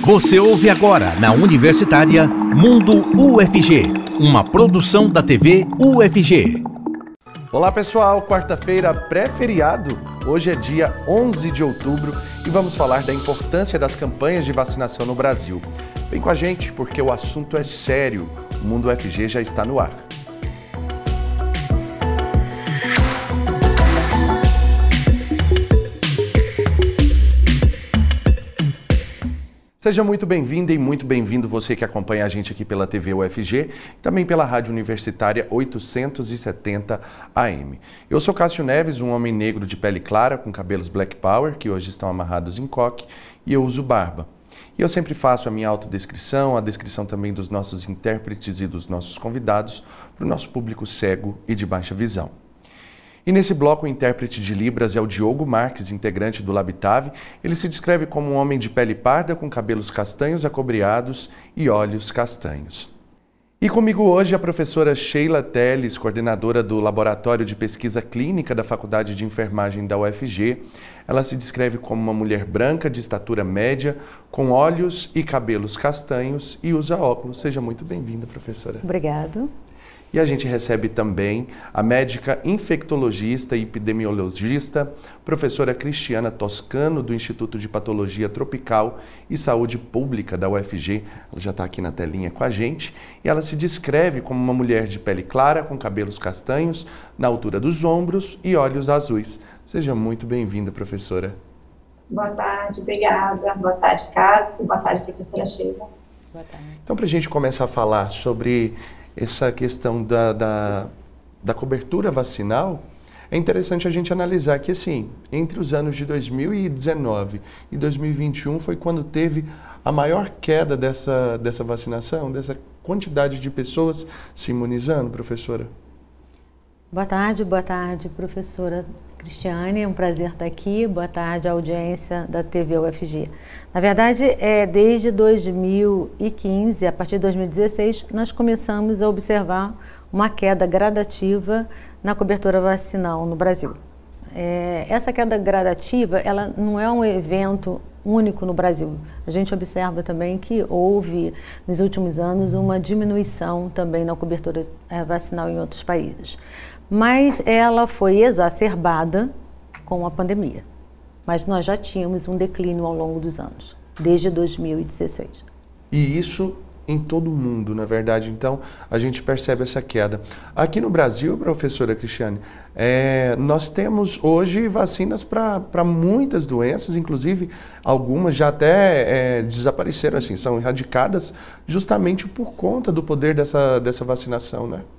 Você ouve agora na Universitária Mundo UFG, uma produção da TV UFG. Olá pessoal, quarta-feira pré-feriado, hoje é dia 11 de outubro e vamos falar da importância das campanhas de vacinação no Brasil. Vem com a gente porque o assunto é sério, o Mundo UFG já está no ar. Seja muito bem-vinda e muito bem-vindo você que acompanha a gente aqui pela TV UFG e também pela Rádio Universitária 870 AM. Eu sou Cássio Neves, um homem negro de pele clara com cabelos Black Power, que hoje estão amarrados em coque, e eu uso barba. E eu sempre faço a minha autodescrição, a descrição também dos nossos intérpretes e dos nossos convidados para o nosso público cego e de baixa visão. E nesse bloco, o intérprete de Libras é o Diogo Marques, integrante do Labitave. Ele se descreve como um homem de pele parda, com cabelos castanhos acobreados e olhos castanhos. E comigo hoje a professora Sheila Teles, coordenadora do Laboratório de Pesquisa Clínica da Faculdade de Enfermagem da UFG. Ela se descreve como uma mulher branca, de estatura média, com olhos e cabelos castanhos e usa óculos. Seja muito bem-vinda, professora. Obrigado. E a gente recebe também a médica infectologista e epidemiologista, professora Cristiana Toscano, do Instituto de Patologia Tropical e Saúde Pública da UFG. Ela já está aqui na telinha com a gente. E ela se descreve como uma mulher de pele clara, com cabelos castanhos, na altura dos ombros e olhos azuis. Seja muito bem-vinda, professora. Boa tarde, obrigada. Boa tarde, Cássio. Boa tarde, professora Sheila. Boa tarde. Então, para a gente começar a falar sobre essa questão da cobertura vacinal, é interessante a gente analisar que, assim, entre os anos de 2019 e 2021 foi quando teve a maior queda dessa vacinação, dessa quantidade de pessoas se imunizando, professora. Boa tarde, professora Cristiane, é um prazer estar aqui. Boa tarde, audiência da TV UFG. Na verdade, desde 2015, a partir de 2016, nós começamos a observar uma queda gradativa na cobertura vacinal no Brasil. Essa queda gradativa, ela não é um evento único no Brasil. A gente observa também que houve, nos últimos anos, uma diminuição também na cobertura vacinal em outros países. Mas ela foi exacerbada com a pandemia. Mas nós já tínhamos um declínio ao longo dos anos, desde 2016. E isso em todo o mundo, na verdade. Então, a gente percebe essa queda. Aqui no Brasil, professora Cristiane, nós temos hoje vacinas para muitas doenças, inclusive algumas já até desapareceram, assim, são erradicadas justamente por conta do poder dessa vacinação, né?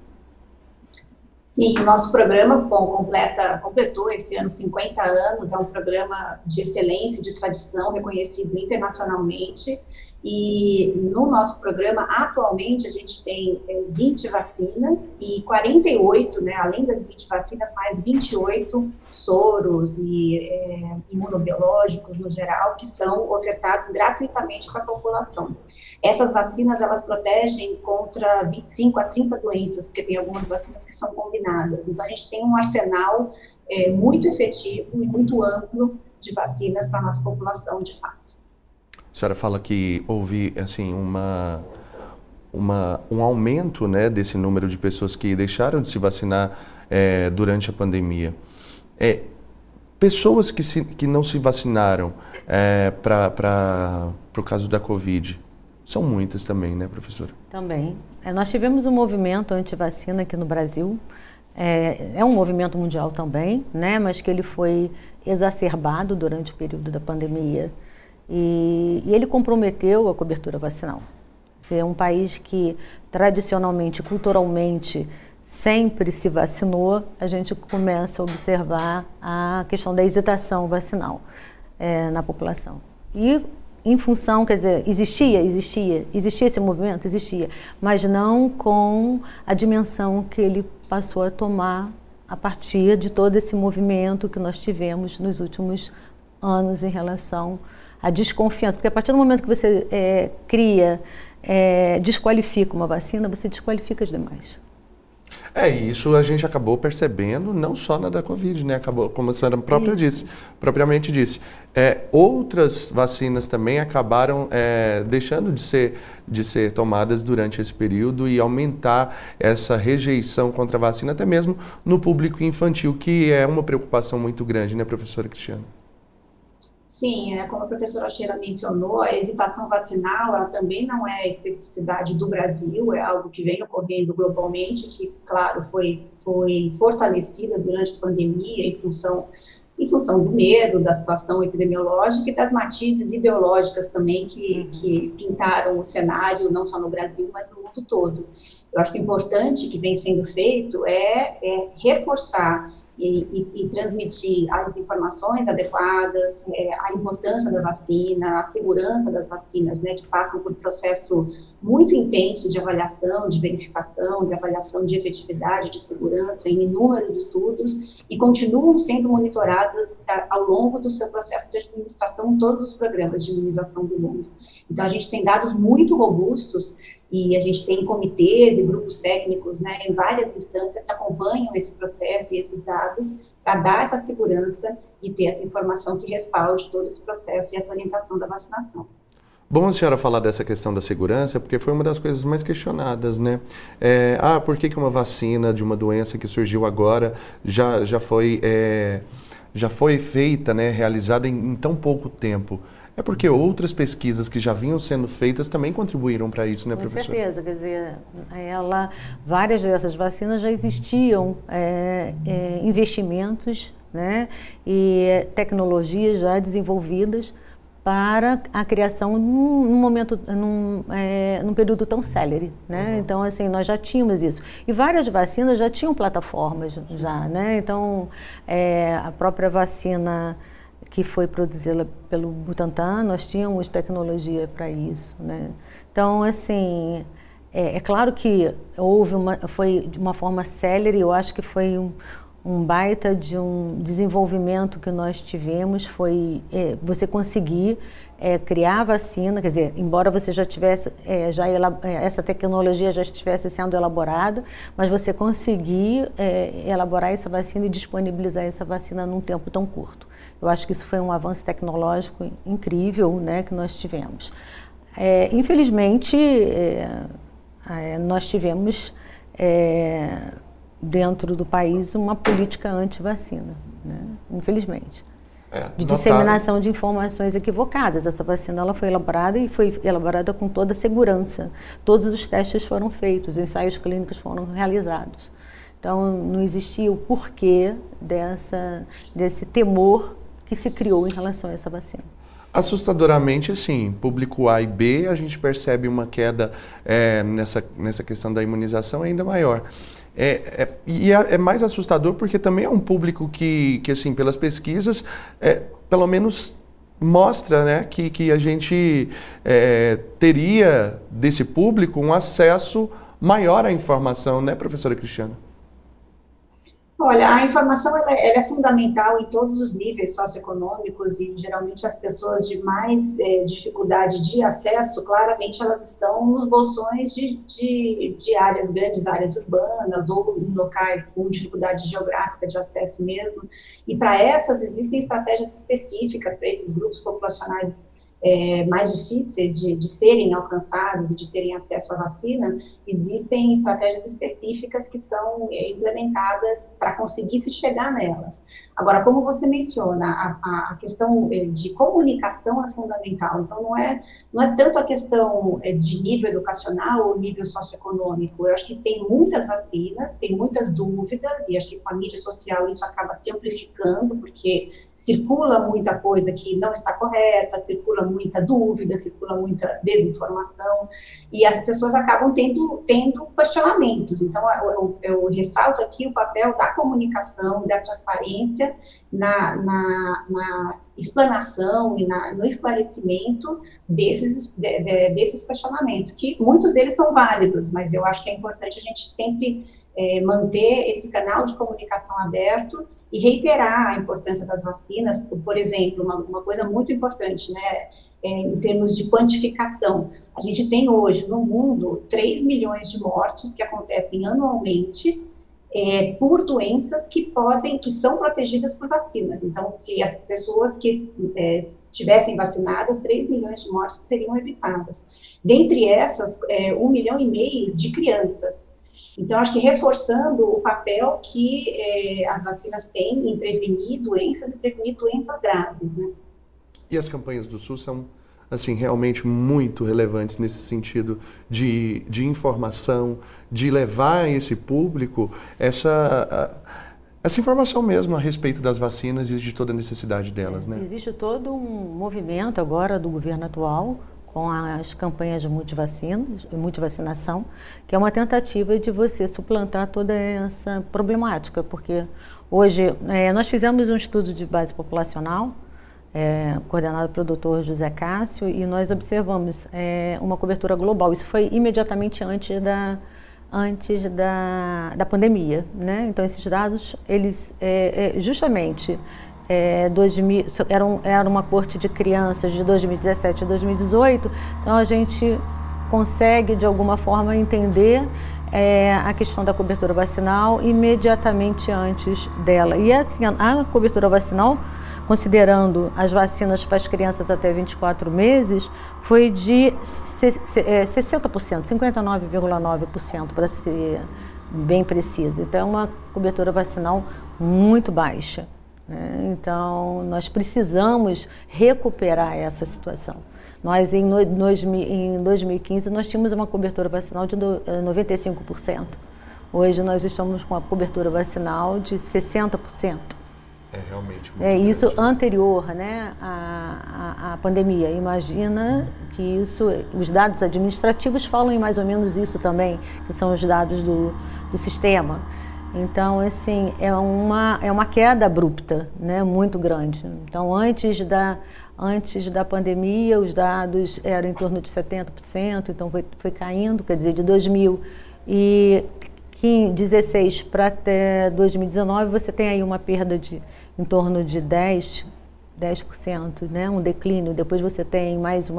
Sim, o nosso programa completou esse ano 50 anos, é um programa de excelência, de tradição, reconhecido internacionalmente. E no nosso programa, atualmente, a gente tem 20 vacinas e 48, né, além das 20 vacinas, mais 28 soros e imunobiológicos, no geral, que são ofertados gratuitamente para a população. Essas vacinas, elas protegem contra 25 a 30 doenças, porque tem algumas vacinas que são combinadas. Então, a gente tem um arsenal muito efetivo e muito amplo de vacinas para a nossa população, de fato. A senhora fala que houve, assim, um aumento, né, desse número de pessoas que deixaram de se vacinar durante a pandemia. Pessoas que não se vacinaram para o caso da Covid, são muitas também, né, professora? Também. Nós tivemos um movimento anti-vacina aqui no Brasil. É um movimento mundial também, né, mas que ele foi exacerbado durante o período da pandemia. E ele comprometeu a cobertura vacinal. É um país que, tradicionalmente, culturalmente, sempre se vacinou, a gente começa a observar a questão da hesitação vacinal na população. E, em função, quer dizer, existia esse movimento? Existia, mas não com a dimensão que ele passou a tomar a partir de todo esse movimento que nós tivemos nos últimos anos em relação a desconfiança, porque a partir do momento que você desqualifica uma vacina, você desqualifica as demais. Isso a gente acabou percebendo, não só na da Covid, né? Acabou, como a senhora propriamente disse. Outras vacinas também acabaram deixando de ser tomadas durante esse período e aumentar essa rejeição contra a vacina, até mesmo no público infantil, que é uma preocupação muito grande, né, professora Cristiana? Sim, como a professora Sheila mencionou, a hesitação vacinal, ela também não é especificidade do Brasil, é algo que vem ocorrendo globalmente, que, claro, foi fortalecida durante a pandemia em função do medo, da situação epidemiológica e das matizes ideológicas também que pintaram o cenário, não só no Brasil, mas no mundo todo. Eu acho que o importante que vem sendo feito é reforçar e transmitir as informações adequadas, a importância da vacina, a segurança das vacinas, né, que passam por um processo muito intenso de avaliação, de verificação, de avaliação de efetividade, de segurança em inúmeros estudos e continuam sendo monitoradas ao longo do seu processo de administração em todos os programas de imunização do mundo. Então, a gente tem dados muito robustos e a gente tem comitês e grupos técnicos, né, em várias instâncias que acompanham esse processo e esses dados para dar essa segurança e ter essa informação que respalde todo esse processo e essa orientação da vacinação. Bom a senhora falar dessa questão da segurança, porque foi uma das coisas mais questionadas, né? Por que uma vacina de uma doença que surgiu agora já foi feita, né, realizada em tão pouco tempo? É porque outras pesquisas que já vinham sendo feitas também contribuíram para isso, né, professora? Com certeza, quer dizer, várias dessas vacinas já existiam investimentos, né, e tecnologias já desenvolvidas para a criação num período tão célere, né? Uhum. Então, assim, nós já tínhamos isso. E várias vacinas já tinham plataformas já, né? Então, a própria vacina que foi produzida pelo Butantan, nós tínhamos tecnologia para isso, né? Então, assim, é claro que foi de uma forma célere, eu acho que foi um baita de um desenvolvimento que nós tivemos, foi você conseguir criar a vacina, quer dizer, embora você já tivesse, essa tecnologia já estivesse sendo elaborada, mas você conseguir elaborar essa vacina e disponibilizar essa vacina num tempo tão curto. Eu acho que isso foi um avanço tecnológico incrível, né, que nós tivemos. Infelizmente, nós tivemos dentro do país uma política anti-vacina, né? Infelizmente. De disseminação de informações equivocadas. Essa vacina ela foi elaborada com toda a segurança. Todos os testes foram feitos, os ensaios clínicos foram realizados. Então, não existia o porquê desse temor que se criou em relação a essa vacina. Assustadoramente, assim, público A e B, a gente percebe uma queda nessa questão da imunização ainda maior. E é mais assustador porque também é um público que assim, pelas pesquisas, pelo menos mostra, né, que a gente teria desse público um acesso maior à informação, né, professora Cristiana? Olha, a informação ela é fundamental em todos os níveis socioeconômicos e geralmente as pessoas de mais dificuldade de acesso, claramente elas estão nos bolsões de grandes áreas urbanas ou em locais com dificuldade geográfica de acesso mesmo. E para essas existem estratégias específicas para esses grupos populacionais mais difíceis de serem alcançados e de terem acesso à vacina. Existem estratégias específicas que são implementadas para conseguir se chegar nelas. Agora, como você menciona, a questão de comunicação é fundamental. Então, não é tanto a questão de nível educacional ou nível socioeconômico. Eu acho que tem muitas vacinas, tem muitas dúvidas, e acho que com a mídia social isso acaba se amplificando, porque circula muita coisa que não está correta, circula muita dúvida, circula muita desinformação, e as pessoas acabam tendo questionamentos. Então, eu ressalto aqui o papel da comunicação e da transparência na explanação e no esclarecimento desses questionamentos, que muitos deles são válidos, mas eu acho que é importante a gente sempre manter esse canal de comunicação aberto e reiterar a importância das vacinas. Por exemplo, uma coisa muito importante, né, em termos de quantificação. A gente tem hoje no mundo 3 milhões de mortes que acontecem anualmente por doenças que são protegidas por vacinas. Então, se as pessoas que tivessem vacinadas, 3 milhões de mortes seriam evitadas. Dentre essas, 1,5 milhão de crianças. Então, acho que reforçando o papel que as vacinas têm em prevenir doenças e prevenir doenças graves, né? E as campanhas do SUS são, assim, realmente muito relevantes nesse sentido de informação, de levar a esse público essa informação mesmo a respeito das vacinas e de toda a necessidade delas, né? Existe todo um movimento agora do governo atual com as campanhas de multivacinação, que é uma tentativa de você suplantar toda essa problemática, porque hoje nós fizemos um estudo de base populacional, coordenado pelo Dr. José Cássio, e nós observamos uma cobertura global. Isso foi imediatamente antes da pandemia, né? Então, esses dados, eles justamente... era uma coorte de crianças de 2017 a 2018, então a gente consegue de alguma forma entender a questão da cobertura vacinal imediatamente antes dela. E assim, a cobertura vacinal, considerando as vacinas para as crianças até 24 meses, foi de 60%, 59,9% para ser bem precisa. Então é uma cobertura vacinal muito baixa. Então, nós precisamos recuperar essa situação. Nós, em 2015, nós tínhamos uma cobertura vacinal de 95%. Hoje, nós estamos com a cobertura vacinal de 60%. É realmente muito isso grande. Anterior, né, à pandemia. Imagina que os dados administrativos falam em mais ou menos isso também, que são os dados do sistema. Então, assim, é uma queda abrupta, né, muito grande. Então, antes da pandemia, os dados eram em torno de 70%, então foi caindo, quer dizer, de 2016 para até 2019, você tem aí uma perda de em torno de 10%, né, um declínio. Depois você tem mais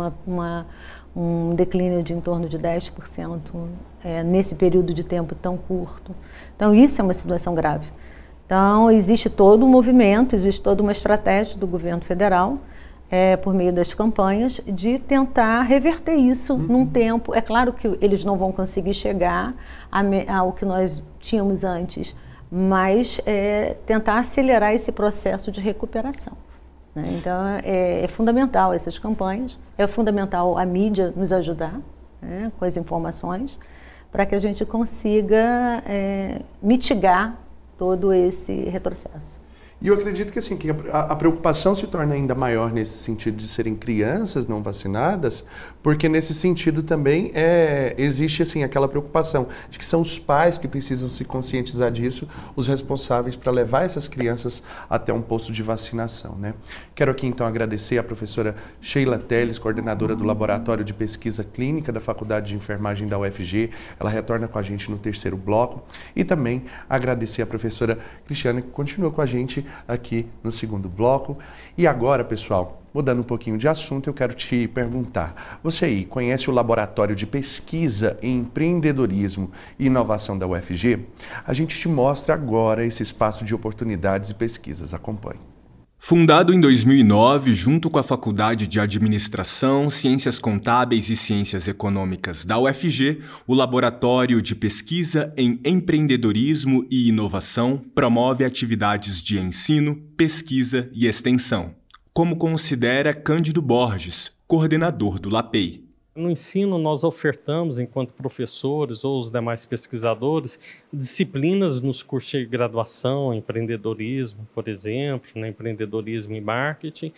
um declínio de em torno de 10% nesse período de tempo tão curto. Então, isso é uma situação grave. Então, existe todo um movimento, existe toda uma estratégia do governo federal, por meio das campanhas, de tentar reverter isso num tempo. É claro que eles não vão conseguir chegar ao que nós tínhamos antes, mas tentar acelerar esse processo de recuperação. Então, é fundamental essas campanhas, é fundamental a mídia nos ajudar, né, com as informações, para que a gente consiga mitigar todo esse retrocesso. E eu acredito que, assim, que a preocupação se torna ainda maior nesse sentido de serem crianças não vacinadas, porque nesse sentido também existe, assim, aquela preocupação de que são os pais que precisam se conscientizar disso, os responsáveis para levar essas crianças até um posto de vacinação, né? Quero aqui, então, agradecer à professora Sheila Teles, coordenadora do Laboratório de Pesquisa Clínica da Faculdade de Enfermagem da UFG. Ela retorna com a gente no terceiro bloco. E também agradecer à professora Cristiane, que continua com a gente aqui no segundo bloco. E agora, pessoal, mudando um pouquinho de assunto, eu quero te perguntar, você aí conhece o Laboratório de Pesquisa em Empreendedorismo e Inovação da UFG? A gente te mostra agora esse espaço de oportunidades e pesquisas. Acompanhe. Fundado em 2009, junto com a Faculdade de Administração, Ciências Contábeis e Ciências Econômicas da UFG, o Laboratório de Pesquisa em Empreendedorismo e Inovação promove atividades de ensino, pesquisa e extensão, como considera Cândido Borges, coordenador do LAPEI. No ensino, nós ofertamos, enquanto professores ou os demais pesquisadores, disciplinas nos cursos de graduação, empreendedorismo, por exemplo, né, empreendedorismo e marketing,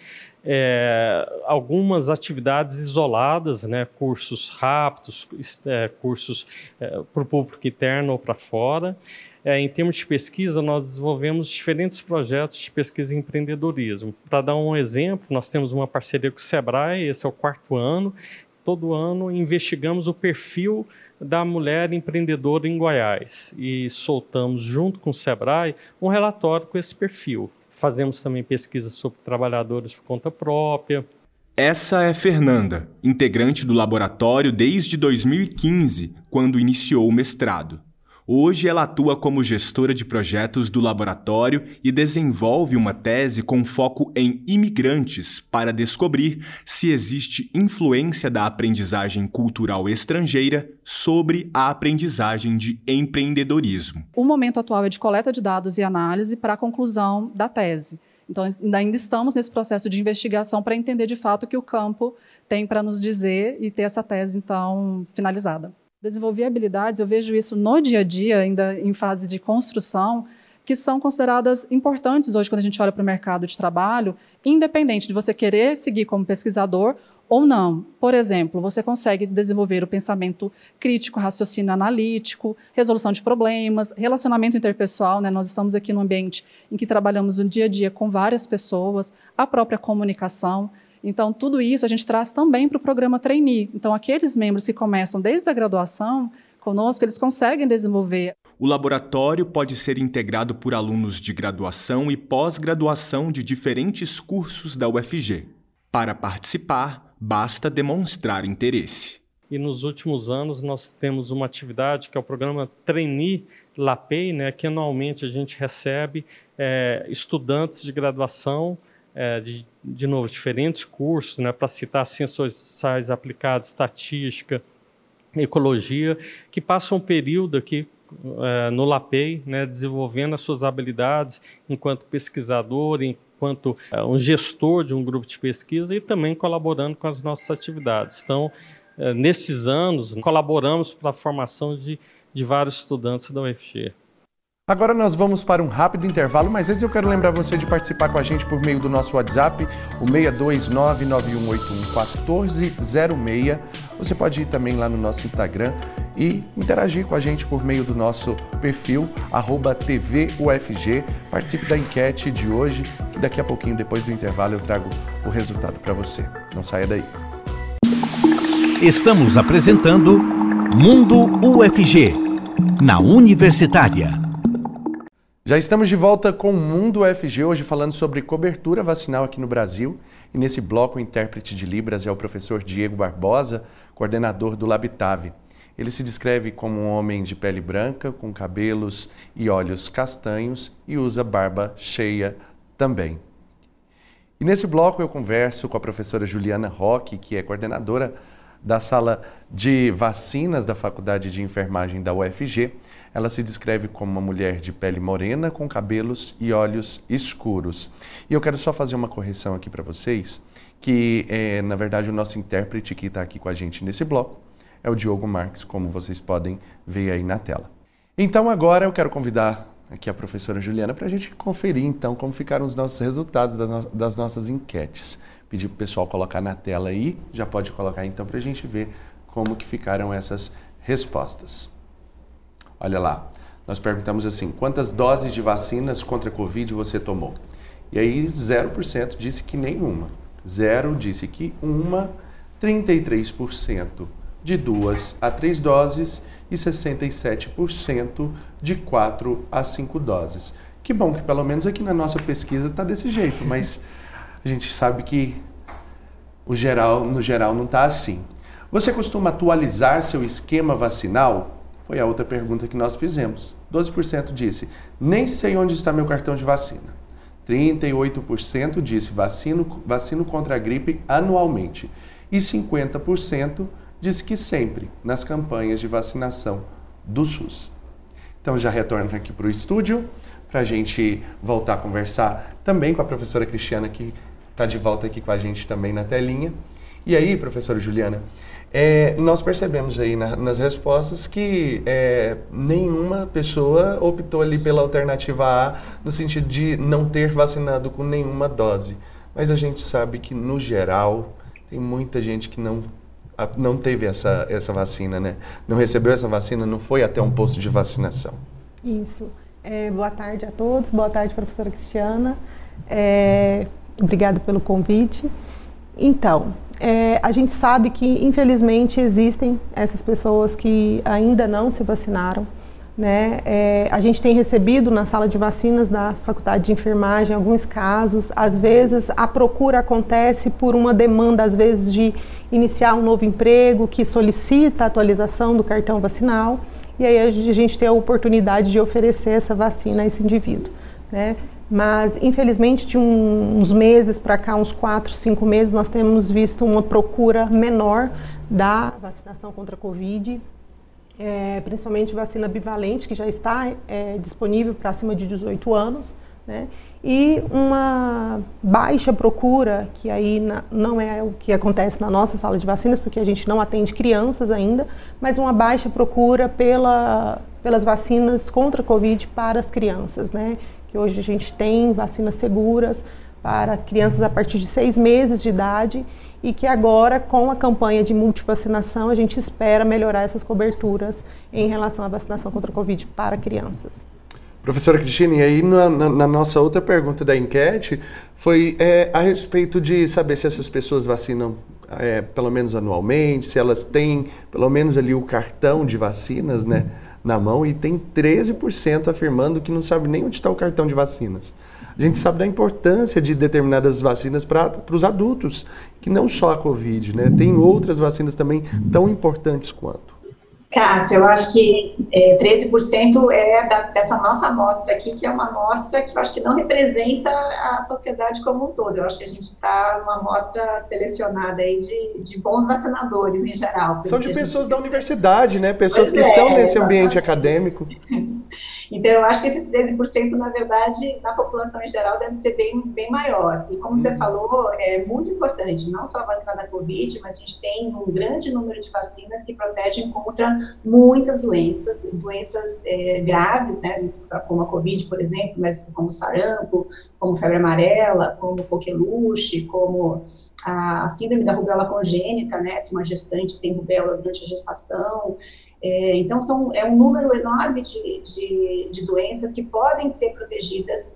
algumas atividades isoladas, né, cursos rápidos, cursos para o público interno ou para fora. Em termos de pesquisa, nós desenvolvemos diferentes projetos de pesquisa em empreendedorismo. Para dar um exemplo, nós temos uma parceria com o Sebrae, esse é o 4º ano. Todo ano investigamos o perfil da mulher empreendedora em Goiás e soltamos, junto com o Sebrae, um relatório com esse perfil. Fazemos também pesquisas sobre trabalhadores por conta própria. Essa é Fernanda, integrante do laboratório desde 2015, quando iniciou o mestrado. Hoje ela atua como gestora de projetos do laboratório e desenvolve uma tese com foco em imigrantes para descobrir se existe influência da aprendizagem cultural estrangeira sobre a aprendizagem de empreendedorismo. O momento atual é de coleta de dados e análise para a conclusão da tese. Então, ainda estamos nesse processo de investigação para entender de fato o que o campo tem para nos dizer e ter essa tese, então, finalizada. Desenvolver habilidades, eu vejo isso no dia a dia, ainda em fase de construção, que são consideradas importantes hoje quando a gente olha para o mercado de trabalho, independente de você querer seguir como pesquisador ou não. Por exemplo, você consegue desenvolver o pensamento crítico, raciocínio analítico, resolução de problemas, relacionamento interpessoal, né? Nós estamos aqui num ambiente em que trabalhamos no dia a dia com várias pessoas, a própria comunicação. Então, tudo isso a gente traz também para o programa Trainee. Então, aqueles membros que começam desde a graduação conosco, eles conseguem desenvolver. O laboratório pode ser integrado por alunos de graduação e pós-graduação de diferentes cursos da UFG. Para participar, basta demonstrar interesse. E nos últimos anos nós temos uma atividade que é o programa Trainee LAPEI, né, que anualmente a gente recebe estudantes de graduação de novo, diferentes cursos, né, para citar ciências sociais aplicadas, estatística, ecologia, que passam um período aqui no LAPEI, né, desenvolvendo as suas habilidades enquanto pesquisador, enquanto um gestor de um grupo de pesquisa e também colaborando com as nossas atividades. Então, nesses anos, colaboramos para a formação de vários estudantes da UFG. Agora nós vamos para um rápido intervalo, mas antes eu quero lembrar você de participar com a gente por meio do nosso WhatsApp, o 62991811406. Você pode ir também lá no nosso Instagram e interagir com a gente por meio do nosso perfil, @TVUFG. Participe da enquete de hoje, que daqui a pouquinho, depois do intervalo, eu trago o resultado para você. Não saia daí. Estamos apresentando Mundo UFG, na Universitária. Já estamos de volta com o Mundo UFG, hoje falando sobre cobertura vacinal aqui no Brasil. E nesse bloco, o intérprete de Libras é o professor Diego Barbosa, coordenador do Labitave. Ele se descreve como um homem de pele branca, com cabelos e olhos castanhos e usa barba cheia também. E nesse bloco eu converso com a professora Juliana Roque, que é coordenadora da sala de vacinas da Faculdade de Enfermagem da UFG. Ela se descreve como uma mulher de pele morena, com cabelos e olhos escuros. E eu quero só fazer uma correção aqui para vocês, que na verdade o nosso intérprete que está aqui com a gente nesse bloco é o Diogo Marques, como vocês podem ver aí na tela. Então agora eu quero convidar aqui a professora Juliana para a gente conferir então como ficaram os nossos resultados das nossas enquetes. Pedir para o pessoal colocar na tela aí, já pode colocar então para a gente ver como que ficaram essas respostas. Olha lá, nós perguntamos assim, quantas doses de vacinas contra a Covid você tomou? E aí 0% disse que nenhuma, 0 disse que uma, 33% de 2 a 3 doses e 67% de 4 a 5 doses. Que bom que pelo menos aqui na nossa pesquisa está desse jeito, mas a gente sabe que no geral não está assim. Você costuma atualizar seu esquema vacinal? Foi a outra pergunta que nós fizemos. 12% disse, nem sei onde está meu cartão de vacina. 38% disse, vacino contra a gripe anualmente. E 50% disse que sempre, nas campanhas de vacinação do SUS. Então já retorno aqui para o estúdio, para a gente voltar a conversar também com a professora Cristiana, que está de volta aqui com a gente também na telinha. E aí, professora Juliana, nós percebemos aí nas respostas que nenhuma pessoa optou ali pela alternativa A, no sentido de não ter vacinado com nenhuma dose. Mas a gente sabe que, no geral, tem muita gente que não teve essa vacina, né? Não recebeu essa vacina, não foi até um posto de vacinação. Isso. Boa tarde a todos, boa tarde, professora Cristiana. Obrigada pelo convite. Então, a gente sabe que, infelizmente, existem essas pessoas que ainda não se vacinaram, né? A gente tem recebido na sala de vacinas da Faculdade de Enfermagem alguns casos. Às vezes, a procura acontece por uma demanda, às vezes, de iniciar um novo emprego, que solicita a atualização do cartão vacinal. e aí a gente tem a oportunidade de oferecer essa vacina a esse indivíduo, né? Mas, infelizmente, de uns meses para cá, uns 4, 5 meses, nós temos visto uma procura menor da vacinação contra a Covid, principalmente vacina bivalente, que já está disponível para acima de 18 anos, né? E uma baixa procura, que aí não é o que acontece na nossa sala de vacinas, porque a gente não atende crianças ainda, mas uma baixa procura pelas vacinas contra a Covid para as crianças, né? Que hoje a gente tem vacinas seguras para crianças a partir de 6 meses de idade e que agora, com a campanha de multivacinação, a gente espera melhorar essas coberturas em relação à vacinação contra a Covid para crianças. Professora Cristina, e aí na nossa outra pergunta da enquete foi a respeito de saber se essas pessoas vacinam pelo menos anualmente, se elas têm pelo menos ali o cartão de vacinas, né, na mão, e tem 13% afirmando que não sabe nem onde está o cartão de vacinas. A gente sabe da importância de determinadas vacinas para os adultos, que não só a Covid, né? Tem outras vacinas também tão importantes quanto. Cássio, eu acho que 13% dessa nossa amostra aqui, que é uma amostra que eu acho que não representa a sociedade como um todo. Eu acho que a gente está numa amostra selecionada aí de bons vacinadores em geral. São de pessoas da universidade, né? Pessoas que estão nesse ambiente acadêmico. Então, eu acho que esses 13%, na verdade, na população em geral, deve ser bem maior. E como você falou, é muito importante, não só a vacina da Covid, mas a gente tem um grande número de vacinas que protegem contra muitas doenças graves, né, como a Covid, por exemplo, mas como sarampo, como febre amarela, como coqueluche, como a síndrome da rubéola congênita, né, se uma gestante tem rubéola durante a gestação. Então, é um número enorme de doenças que podem ser protegidas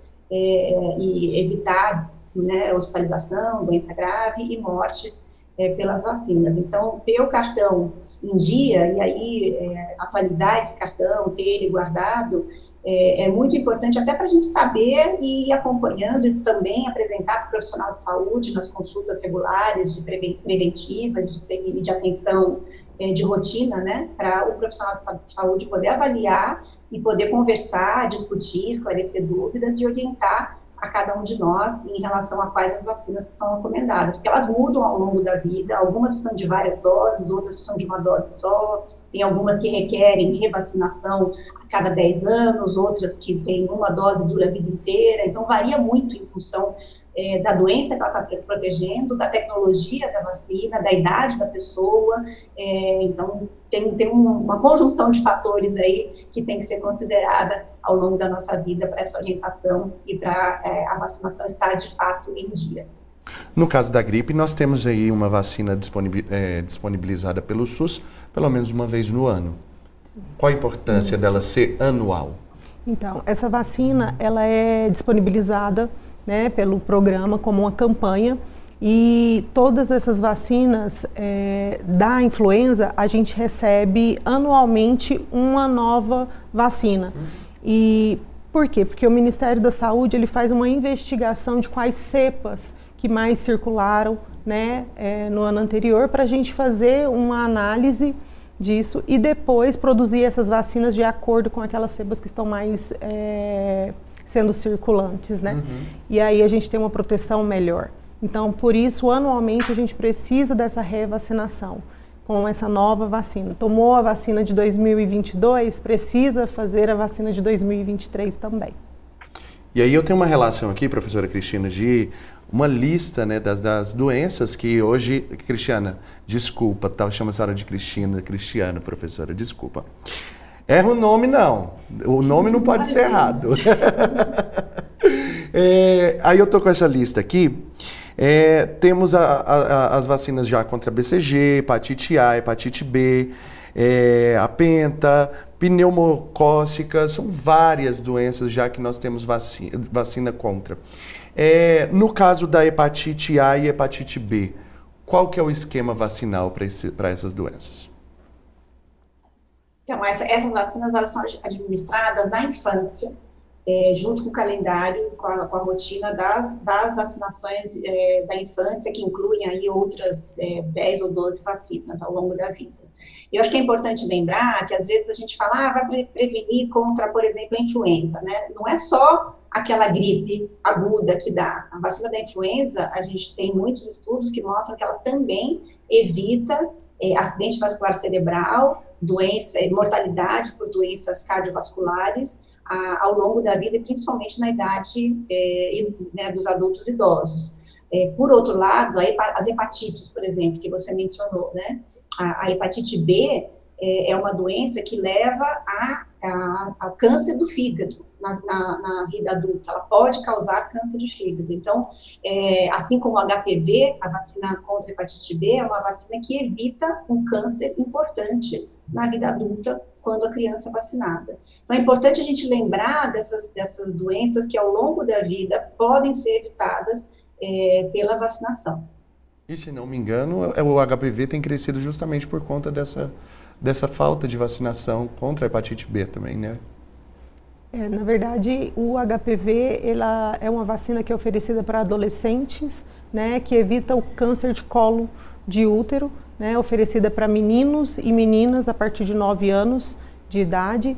e evitar, né, hospitalização, doença grave e mortes pelas vacinas. Então, ter o cartão em dia e aí atualizar esse cartão, ter ele guardado, é muito importante até para a gente saber e ir acompanhando e também apresentar para o profissional de saúde nas consultas regulares, preventivas, de atenção de rotina, né, para o profissional de saúde poder avaliar e poder conversar, discutir, esclarecer dúvidas e orientar a cada um de nós em relação a quais as vacinas que são recomendadas, porque elas mudam ao longo da vida, algumas precisam de várias doses, outras precisam de uma dose só, tem algumas que requerem revacinação a cada 10 anos, outras que têm uma dose e dura a vida inteira, então varia muito em função da doença que ela está protegendo, da tecnologia da vacina, da idade da pessoa, então tem uma conjunção de fatores aí que tem que ser considerada ao longo da nossa vida para essa orientação e para a vacinação estar de fato em dia. No caso da gripe, nós temos aí uma vacina disponibilizada pelo SUS pelo menos uma vez no ano. Qual a importância dela ser anual? Então, essa vacina ela é disponibilizada, né, pelo programa como uma campanha, e todas essas vacinas da influenza a gente recebe anualmente uma nova vacina. E por quê? Porque o Ministério da Saúde ele faz uma investigação de quais cepas que mais circularam, né, no ano anterior, para a gente fazer uma análise disso e depois produzir essas vacinas de acordo com aquelas cepas que estão mais sendo circulantes, né? E aí a gente tem uma proteção melhor. Então, por isso, anualmente, a gente precisa dessa revacinação com essa nova vacina. Tomou a vacina de 2022, precisa fazer a vacina de 2023 também. E aí eu tenho uma relação aqui, professora Cristina, de uma lista, né, das doenças que hoje... Cristiana, desculpa, chama a senhora de Cristiana, professora, desculpa. Erra o nome, não. O nome não pode ser errado. Aí eu tô com essa lista aqui. Temos as vacinas já contra BCG, hepatite A, hepatite B, a penta, pneumocócica, são várias doenças já que nós temos vacina contra. No caso da hepatite A e hepatite B, qual que é o esquema vacinal para essas doenças? Então, essas vacinas elas são administradas na infância, junto com o calendário, com a rotina das vacinações da infância, que incluem aí outras 10 ou 12 vacinas ao longo da vida. Eu acho que é importante lembrar que às vezes a gente fala, vai prevenir contra, por exemplo, a influenza, né? Não é só aquela gripe aguda que dá. A vacina da influenza, a gente tem muitos estudos que mostram que ela também evita acidente vascular cerebral, mortalidade por doenças cardiovasculares ao longo da vida, e principalmente na idade dos adultos idosos. Por outro lado, as hepatites, por exemplo, que você mencionou, né? A hepatite B é uma doença que leva ao câncer do fígado na vida adulta. Ela pode causar câncer de fígado. Então, assim como o HPV, a vacina contra a hepatite B é uma vacina que evita um câncer importante na vida adulta quando a criança é vacinada. Então, é importante a gente lembrar dessas doenças que ao longo da vida podem ser evitadas pela vacinação. E se não me engano, o HPV tem crescido justamente por conta dessa falta de vacinação contra a hepatite B também, né? Na verdade, o HPV ela é uma vacina que é oferecida para adolescentes, né, que evita o câncer de colo de útero, né, oferecida para meninos e meninas a partir de 9 anos de idade.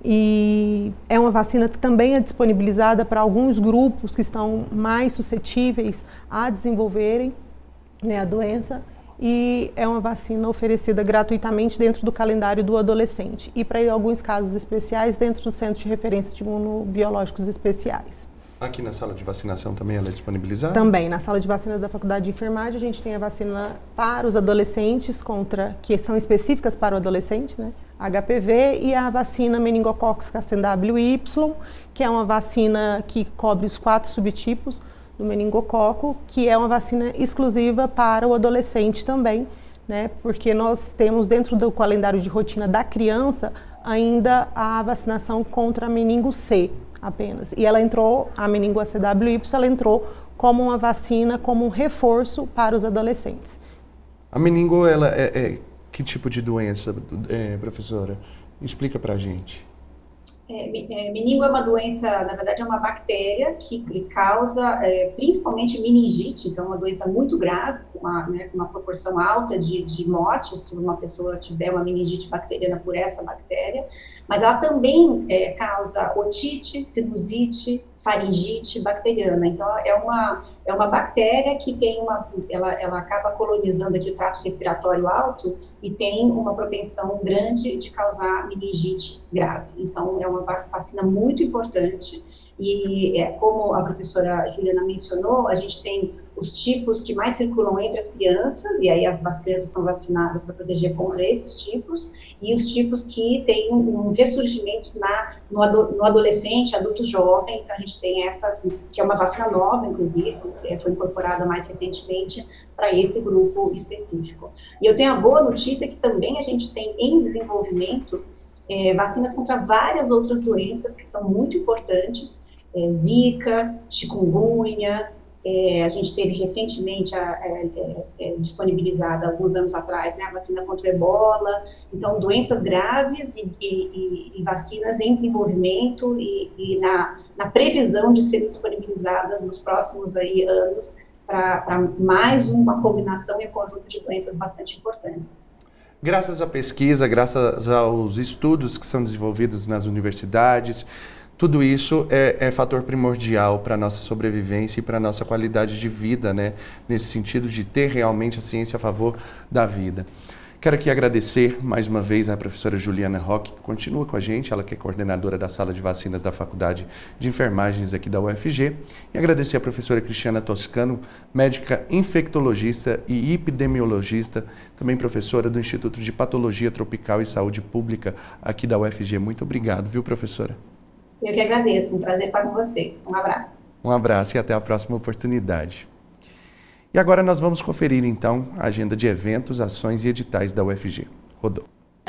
E é uma vacina que também é disponibilizada para alguns grupos que estão mais suscetíveis a desenvolverem, né, a doença, e é uma vacina oferecida gratuitamente dentro do calendário do adolescente e para alguns casos especiais dentro do Centro de Referência de Imunobiológicos Especiais. Aqui na sala de vacinação também ela é disponibilizada? Também, na sala de vacinas da Faculdade de Enfermagem a gente tem a vacina para os adolescentes que são específicas para o adolescente, né? HPV, e a vacina meningocócica CWY, que é uma vacina que cobre os 4 subtipos do meningococo, que é uma vacina exclusiva para o adolescente também, né? Porque nós temos dentro do calendário de rotina da criança ainda a vacinação contra a meningo C apenas. E a meningo CWY, ela entrou como uma vacina, como um reforço para os adolescentes. A meningo, ela que tipo de doença, professora? Explica pra gente. Meningo é uma doença, na verdade é uma bactéria que causa principalmente meningite, então é uma doença muito grave, com uma proporção alta de mortes se uma pessoa tiver uma meningite bacteriana por essa bactéria, mas ela também causa otite, sinusite, faringite bacteriana. Então é uma bactéria que ela acaba colonizando aqui o trato respiratório alto e tem uma propensão grande de causar meningite grave. Então é uma vacina muito importante e como a professora Juliana mencionou, a gente tem os tipos que mais circulam entre as crianças, e aí as crianças são vacinadas para proteger contra esses tipos, e os tipos que têm um ressurgimento no adolescente, adulto jovem. Então a gente tem essa, que é uma vacina nova, inclusive, foi incorporada mais recentemente para esse grupo específico. E eu tenho a boa notícia que também a gente tem em desenvolvimento vacinas contra várias outras doenças que são muito importantes, Zika, chikungunya. A gente teve recentemente disponibilizada, alguns anos atrás, né, a vacina contra o ebola. Então, doenças graves e vacinas em desenvolvimento e na previsão de serem disponibilizadas nos próximos anos para mais uma combinação e um conjunto de doenças bastante importantes. Graças à pesquisa, graças aos estudos que são desenvolvidos nas universidades, tudo isso é fator primordial para a nossa sobrevivência e para a nossa qualidade de vida, né? Nesse sentido de ter realmente a ciência a favor da vida. Quero aqui agradecer mais uma vez a professora Juliana Roque, que continua com a gente, ela que é coordenadora da sala de vacinas da Faculdade de Enfermagens aqui da UFG, e agradecer a professora Cristiana Toscano, médica infectologista e epidemiologista, também professora do Instituto de Patologia Tropical e Saúde Pública aqui da UFG. Muito obrigado, viu, professora? Eu que agradeço, um prazer estar com vocês. Um abraço. Um abraço e até a próxima oportunidade. E agora nós vamos conferir, então, a agenda de eventos, ações e editais da UFG. Rodou.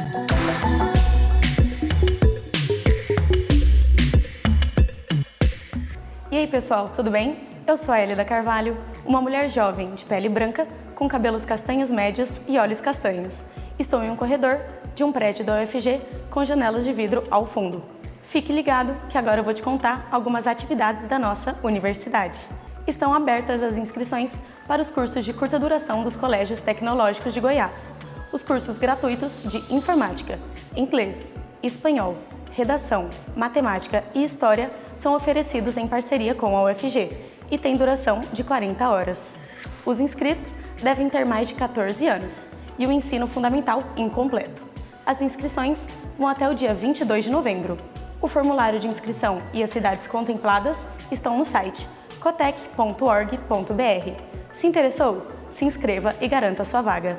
E aí, pessoal, tudo bem? Eu sou a Elida Carvalho, uma mulher jovem de pele branca, com cabelos castanhos médios e olhos castanhos. Estou em um corredor de um prédio da UFG com janelas de vidro ao fundo. Fique ligado que agora eu vou te contar algumas atividades da nossa universidade. Estão abertas as inscrições para os cursos de curta duração dos colégios tecnológicos de Goiás. Os cursos gratuitos de informática, inglês, espanhol, redação, matemática e história são oferecidos em parceria com a UFG e têm duração de 40 horas. Os inscritos devem ter mais de 14 anos e o ensino fundamental incompleto. As inscrições vão até o dia 22 de novembro. O formulário de inscrição e as cidades contempladas estão no site cotec.org.br. Se interessou? Se inscreva e garanta sua vaga.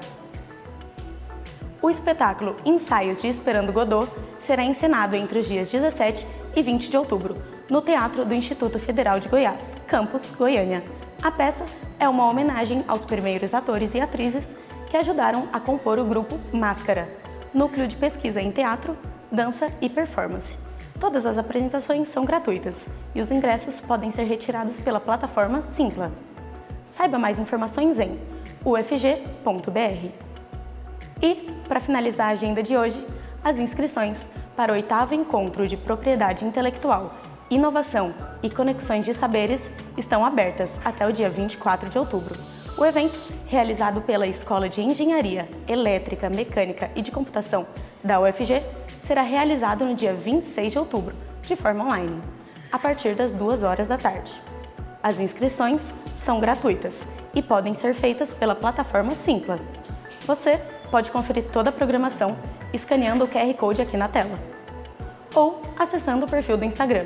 O espetáculo Ensaios de Esperando Godot será encenado entre os dias 17 e 20 de outubro, no Teatro do Instituto Federal de Goiás, campus Goiânia. A peça é uma homenagem aos primeiros atores e atrizes que ajudaram a compor o grupo Máscara, núcleo de pesquisa em teatro, dança e performance. Todas as apresentações são gratuitas e os ingressos podem ser retirados pela plataforma Simpla. Saiba mais informações em ufg.br. E, para finalizar a agenda de hoje, as inscrições para o 8º Encontro de Propriedade Intelectual, Inovação e Conexões de Saberes estão abertas até o dia 24 de outubro. O evento, realizado pela Escola de Engenharia, Elétrica, Mecânica e de Computação da UFG, será realizado no dia 26 de outubro, de forma online, a partir das 2 horas da tarde. As inscrições são gratuitas e podem ser feitas pela plataforma Simpla. Você pode conferir toda a programação escaneando o QR Code aqui na tela ou acessando o perfil do Instagram,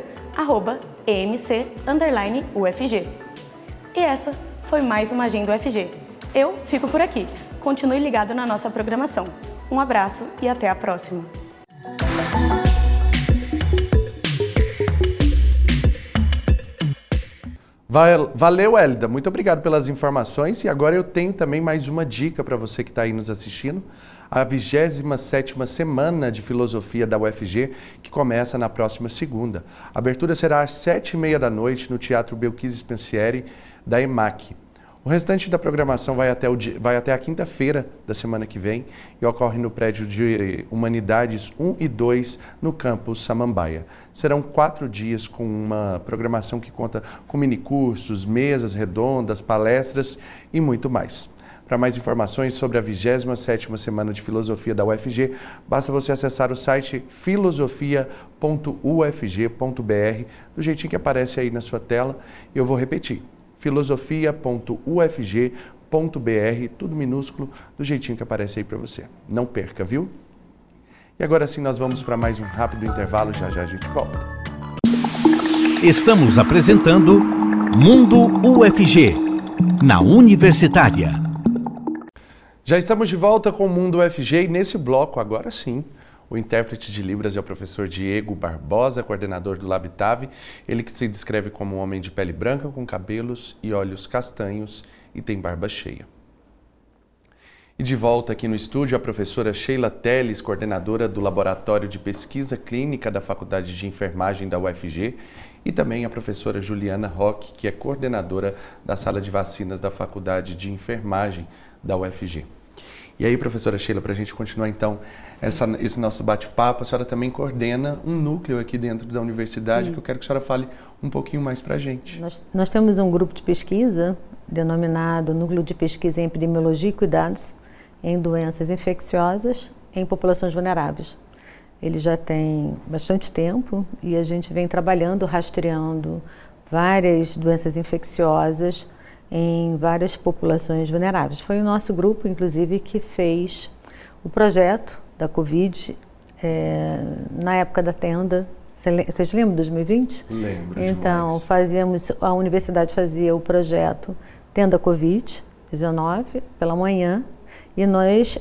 @emc_ufg. E essa foi mais uma Agenda UFG. Eu fico por aqui. Continue ligado na nossa programação. Um abraço e até a próxima. Valeu, Hélida. Muito obrigado pelas informações. E agora eu tenho também mais uma dica para você que está aí nos assistindo. A 27ª Semana de Filosofia da UFG, que começa na próxima segunda. A abertura será às 7h30 da noite no Teatro Belkis Spensieri da EMAC. O restante da programação vai até a quinta-feira da semana que vem e ocorre no prédio de Humanidades 1 e 2, no campus Samambaia. Serão 4 dias com uma programação que conta com minicursos, mesas redondas, palestras e muito mais. Para mais informações sobre a 27ª Semana de Filosofia da UFG, basta você acessar o site filosofia.ufg.br, do jeitinho que aparece aí na sua tela, e eu vou repetir. filosofia.ufg.br, tudo minúsculo, do jeitinho que aparece aí para você. Não perca, viu? E agora sim nós vamos para mais um rápido intervalo, já já a gente volta. Estamos apresentando Mundo UFG, na Universitária. Já estamos de volta com o Mundo UFG e nesse bloco, agora sim, o intérprete de Libras é o professor Diego Barbosa, coordenador do LabTAV, ele que se descreve como um homem de pele branca, com cabelos e olhos castanhos e tem barba cheia. E de volta aqui no estúdio, a professora Sheila Teles, coordenadora do Laboratório de Pesquisa Clínica da Faculdade de Enfermagem da UFG, e também a professora Juliana Roque, que é coordenadora da Sala de Vacinas da Faculdade de Enfermagem da UFG. E aí, professora Sheila, para a gente continuar então esse nosso bate-papo, a senhora também coordena um núcleo aqui dentro da universidade. Isso. Que eu quero que a senhora fale um pouquinho mais para a gente. Nós temos um grupo de pesquisa denominado Núcleo de Pesquisa em Epidemiologia e Cuidados em Doenças Infecciosas em Populações Vulneráveis. Ele já tem bastante tempo e a gente vem trabalhando, rastreando várias doenças infecciosas em várias populações vulneráveis. Foi o nosso grupo, inclusive, que fez o projeto da Covid na época da tenda. Vocês lembram de 2020? Lembro. Então, a universidade fazia o projeto Tenda Covid-19 pela manhã e nós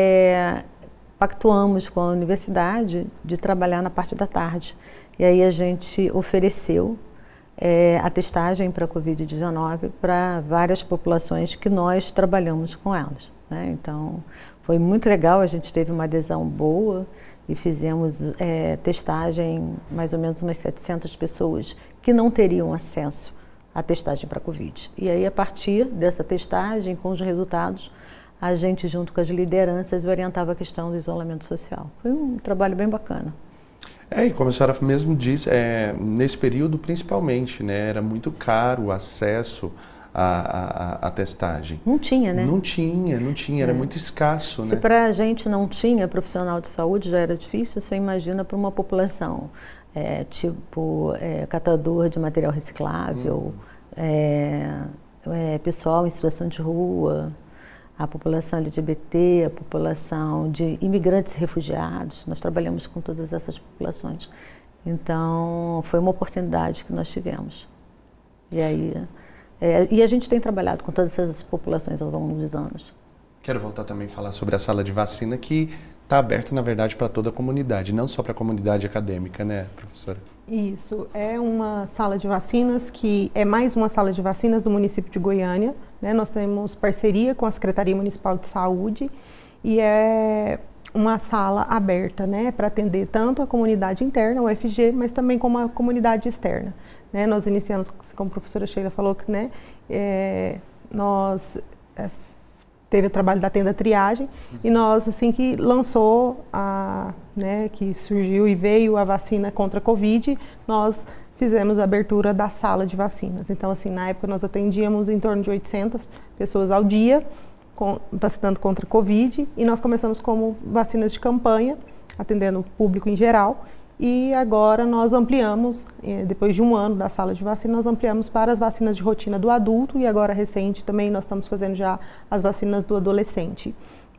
pactuamos com a universidade de trabalhar na parte da tarde. E aí a gente ofereceu a testagem para a Covid-19 para várias populações que nós trabalhamos com elas, né? Então, foi muito legal, a gente teve uma adesão boa e fizemos testagem, mais ou menos umas 700 pessoas que não teriam acesso à testagem para a Covid. E aí, a partir dessa testagem, com os resultados, a gente, junto com as lideranças, orientava a questão do isolamento social. Foi um trabalho bem bacana. E como a senhora mesmo disse, nesse período principalmente, né, era muito caro o acesso à testagem. Não tinha, né? Não tinha, era muito escasso, né? Se para a gente não tinha profissional de saúde, já era difícil, você imagina para uma população, catador de material reciclável, pessoal em situação de rua, a população LGBT, a população de imigrantes e refugiados. Nós trabalhamos com todas essas populações. Então, foi uma oportunidade que nós tivemos. E aí, e a gente tem trabalhado com todas essas populações ao longo dos anos. Quero voltar também a falar sobre a sala de vacina, que está aberta, na verdade, para toda a comunidade, não só para a comunidade acadêmica, né, professora? Isso, é uma sala de vacinas que é mais uma sala de vacinas do município de Goiânia, né? Nós temos parceria com a Secretaria Municipal de Saúde e é uma sala aberta, né, para atender tanto a comunidade interna, o UFG, mas também como a comunidade externa, né? Nós iniciamos, como a professora Sheila falou, que, né, nós teve o trabalho da tenda triagem e nós, assim que lançou, que surgiu e veio a vacina contra a Covid, nós fizemos a abertura da sala de vacinas. Então, assim, na época nós atendíamos em torno de 800 pessoas ao dia, vacinando contra a Covid, e nós começamos como vacinas de campanha, atendendo o público em geral, e agora nós ampliamos, depois de um ano da sala de vacina, nós ampliamos para as vacinas de rotina do adulto e agora recente também nós estamos fazendo já as vacinas do adolescente.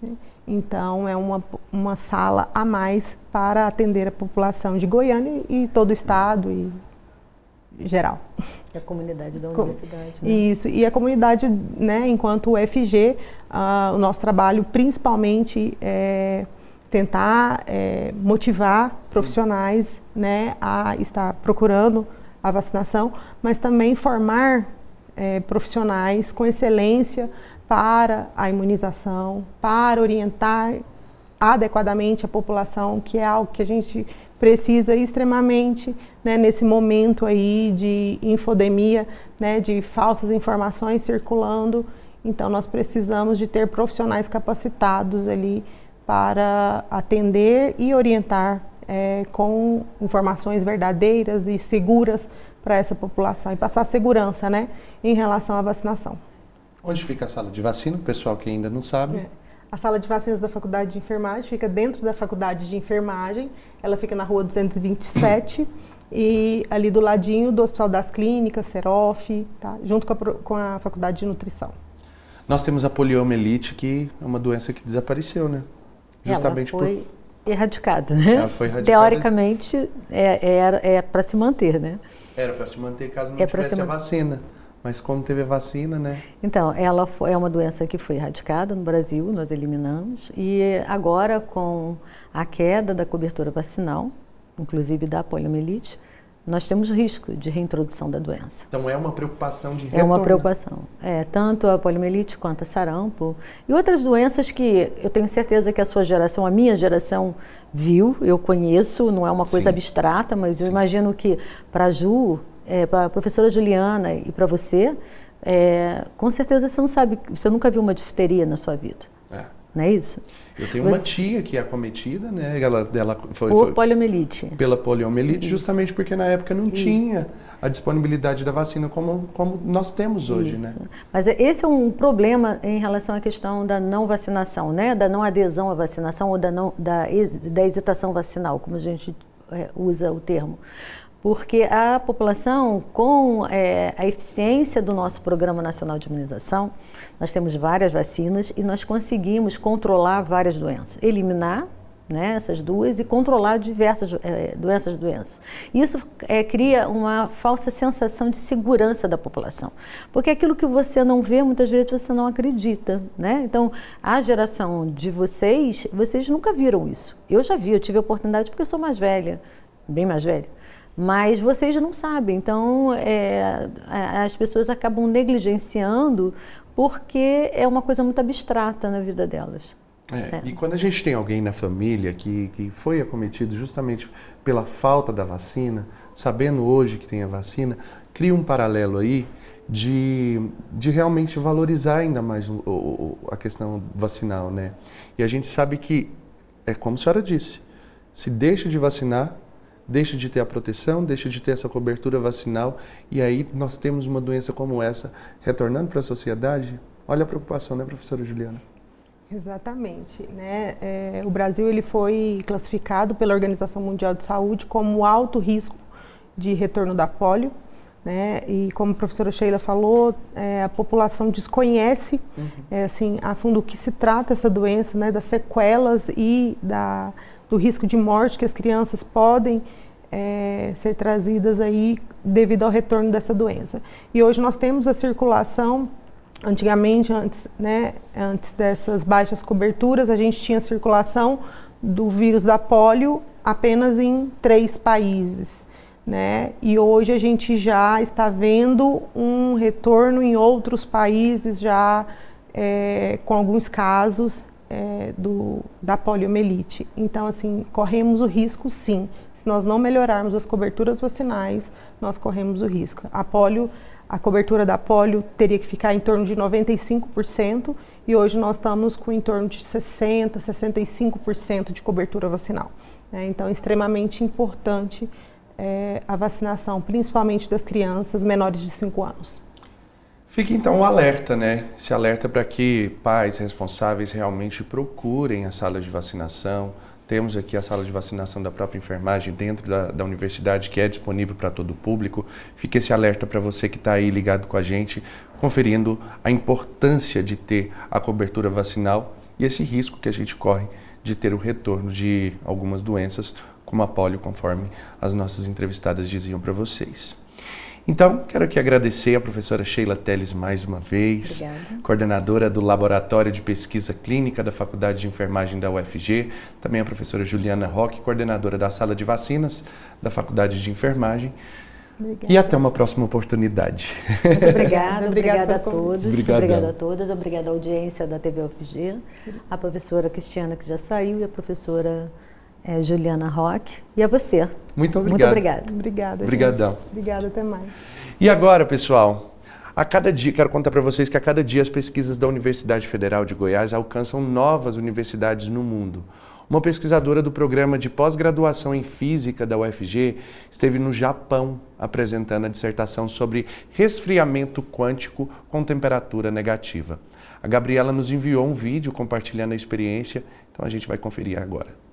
Então é uma sala a mais para atender a população de Goiânia e todo o estado e geral. E a comunidade da universidade. Né? Isso, e a comunidade, né, enquanto UFG, o nosso trabalho principalmente é tentar motivar profissionais, né, a estar procurando a vacinação, mas também formar profissionais com excelência para a imunização, para orientar adequadamente a população, que é algo que a gente precisa extremamente, né, nesse momento aí de infodemia, né, de falsas informações circulando. Então nós precisamos de ter profissionais capacitados ali para atender e orientar com informações verdadeiras e seguras para essa população e passar segurança, né, em relação à vacinação. Onde fica a sala de vacina? O pessoal que ainda não sabe. A sala de vacinas da Faculdade de Enfermagem fica dentro da Faculdade de Enfermagem, ela fica na rua 227 e ali do ladinho do Hospital das Clínicas, Serof, tá? Junto com a Faculdade de Nutrição. Nós temos a poliomielite, que é uma doença que desapareceu, né? Justamente ela foi erradicada, né? Ela foi erradicada. Teoricamente, é para se manter, né? Era para se manter caso não tivesse a vacina. Mas como teve a vacina, né? Então, ela é uma doença que foi erradicada no Brasil, nós eliminamos. E agora, com a queda da cobertura vacinal, inclusive da poliomielite, nós temos risco de reintrodução da doença. Então é uma preocupação de retorno. É uma preocupação. Tanto a poliomielite quanto a sarampo. E outras doenças que eu tenho certeza que a sua geração, a minha geração, viu, eu conheço, não é uma coisa abstrata, mas eu imagino que para a Ju, para a professora Juliana e para você, com certeza você não sabe, você nunca viu uma difteria na sua vida. Não é isso? Eu tenho uma tia que é acometida, né? Ela foi poliomielite. Pela poliomielite, justamente porque na época não tinha a disponibilidade da vacina como nós temos hoje, né? Mas esse é um problema em relação à questão da não vacinação, né? Da não adesão à vacinação ou da hesitação vacinal, como a gente usa o termo. Porque a população, com a eficiência do nosso Programa Nacional de Imunização, nós temos várias vacinas e nós conseguimos controlar várias doenças, eliminar, né, essas duas e controlar diversas doenças. Isso cria uma falsa sensação de segurança da população, porque aquilo que você não vê, muitas vezes você não acredita, né? Então, a geração de vocês nunca viram isso. Eu já vi, eu tive a oportunidade porque eu sou mais velha, bem mais velha. Mas vocês não sabem, então as pessoas acabam negligenciando porque é uma coisa muito abstrata na vida delas. E quando a gente tem alguém na família que foi acometido justamente pela falta da vacina, sabendo hoje que tem a vacina, cria um paralelo aí de realmente valorizar ainda mais a questão vacinal, né? E a gente sabe que, como a senhora disse, se deixa de vacinar, deixa de ter a proteção, deixa de ter essa cobertura vacinal e aí nós temos uma doença como essa retornando para a sociedade. Olha a preocupação, né, professora Juliana? Exatamente, né? O Brasil ele foi classificado pela Organização Mundial de Saúde como alto risco de retorno da polio, né? E como a professora Sheila falou, a população desconhece assim, a fundo o que se trata essa doença, né? Das sequelas e do risco de morte que as crianças podem ser trazidas aí devido ao retorno dessa doença. E hoje nós temos a circulação. Antigamente, antes dessas baixas coberturas, a gente tinha circulação do vírus da polio apenas em 3 países, né? E hoje a gente já está vendo um retorno em outros países, já com alguns casos da poliomielite. Então, assim, corremos o risco, sim. Se nós não melhorarmos as coberturas vacinais, nós corremos o risco. A cobertura da polio teria que ficar em torno de 95% e hoje nós estamos com em torno de 60%, 65% de cobertura vacinal. Então é extremamente importante a vacinação, principalmente das crianças menores de 5 anos. Fica então um alerta, né? Esse alerta para que pais responsáveis realmente procurem a sala de vacinação. Temos aqui a sala de vacinação da própria enfermagem dentro da universidade, que é disponível para todo o público. Fica esse alerta para você que está aí ligado com a gente, conferindo a importância de ter a cobertura vacinal e esse risco que a gente corre de ter o retorno de algumas doenças, como a polio, conforme as nossas entrevistadas diziam para vocês. Então, quero aqui agradecer a professora Sheila Teles mais uma vez, Obrigada. Coordenadora do Laboratório de Pesquisa Clínica da Faculdade de Enfermagem da UFG, também a professora Juliana Roque, coordenadora da Sala de Vacinas da Faculdade de Enfermagem. Obrigada. E até uma próxima oportunidade. Muito obrigada, obrigada a todos, obrigada a todas, obrigada à audiência da TV UFG, a professora Cristiana, que já saiu, e a professora Juliana Roque, e a você. Muito obrigado. Muito obrigada. Obrigada, Obrigadão. gente. Obrigada, até mais. E agora, pessoal, a cada dia, quero contar para vocês que a cada dia as pesquisas da Universidade Federal de Goiás alcançam novas universidades no mundo. Uma pesquisadora do programa de pós-graduação em Física da UFG esteve no Japão apresentando a dissertação sobre resfriamento quântico com temperatura negativa. A Gabriela nos enviou um vídeo compartilhando a experiência, então a gente vai conferir agora.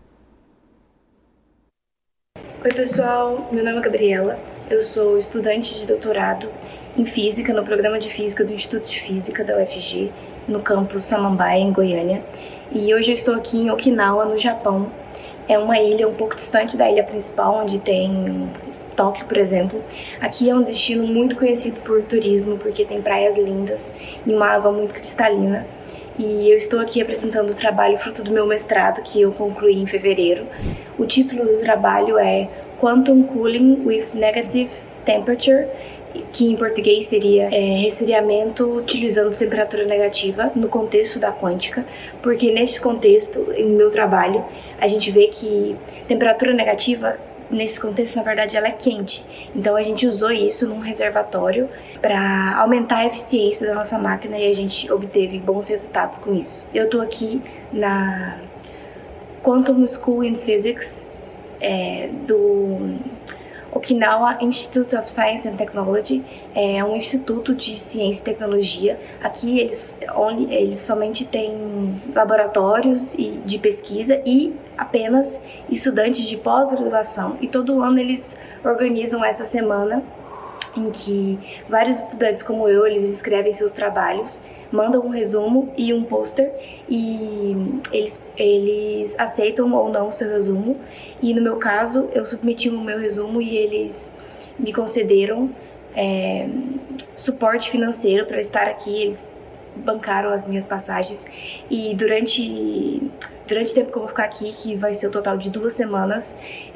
Oi pessoal, meu nome é Gabriela, eu sou estudante de doutorado em Física no programa de Física do Instituto de Física da UFG, no campus Samambaia, em Goiânia. E hoje eu estou aqui em Okinawa, no Japão. É uma ilha um pouco distante da ilha principal, onde tem Tóquio, por exemplo. Aqui é um destino muito conhecido por turismo, porque tem praias lindas e uma água muito cristalina. E eu estou aqui apresentando o trabalho fruto do meu mestrado, que eu concluí em fevereiro. O título do trabalho é Quantum Cooling with Negative Temperature, que em português seria resfriamento utilizando temperatura negativa no contexto da quântica, porque nesse contexto, em meu trabalho, a gente vê que temperatura negativa, nesse contexto, na verdade, ela é quente. Então a gente usou isso num reservatório para aumentar a eficiência da nossa máquina e a gente obteve bons resultados com isso. Eu estou aqui na Quantum School in Physics do Okinawa Institute of Science and Technology. É um instituto de ciência e tecnologia. Aqui eles somente têm laboratórios de pesquisa e apenas estudantes de pós-graduação. E todo ano eles organizam essa semana em que vários estudantes como eu, eles escrevem seus trabalhos, mandam um resumo e um pôster e eles aceitam ou não o seu resumo. E no meu caso, eu submeti o meu resumo e eles me concederam suporte financeiro para estar aqui. Eles bancaram as minhas passagens e durante o tempo que eu vou ficar aqui, que vai ser o total de 2 semanas,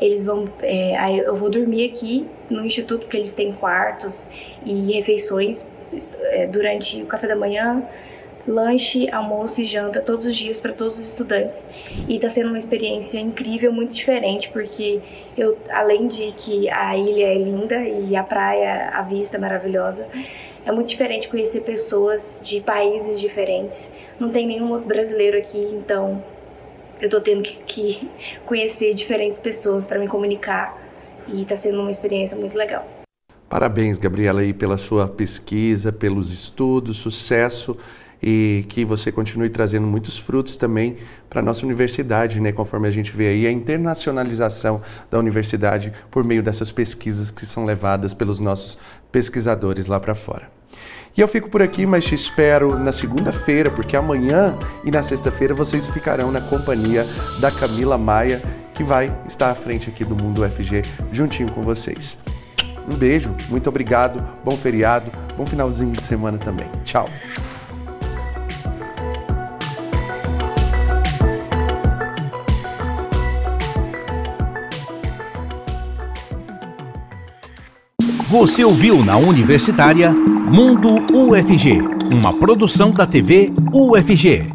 eu vou dormir aqui no instituto, porque eles têm quartos e refeições durante o café da manhã, lanche, almoço e janta todos os dias para todos os estudantes. E está sendo uma experiência incrível, muito diferente, porque além de que a ilha é linda e a praia, a vista é maravilhosa, é muito diferente conhecer pessoas de países diferentes. Não tem nenhum outro brasileiro aqui, então eu tô tendo que conhecer diferentes pessoas para me comunicar e está sendo uma experiência muito legal. Parabéns, Gabriela, aí pela sua pesquisa, pelos estudos, sucesso, e que você continue trazendo muitos frutos também para a nossa universidade, né? Conforme a gente vê aí a internacionalização da universidade por meio dessas pesquisas que são levadas pelos nossos pesquisadores lá para fora. E eu fico por aqui, mas te espero na segunda-feira, porque amanhã e na sexta-feira vocês ficarão na companhia da Camila Maia, que vai estar à frente aqui do Mundo UFG, juntinho com vocês. Um beijo, muito obrigado, bom feriado, bom finalzinho de semana também. Tchau! Você ouviu na Universitária Mundo UFG, uma produção da TV UFG.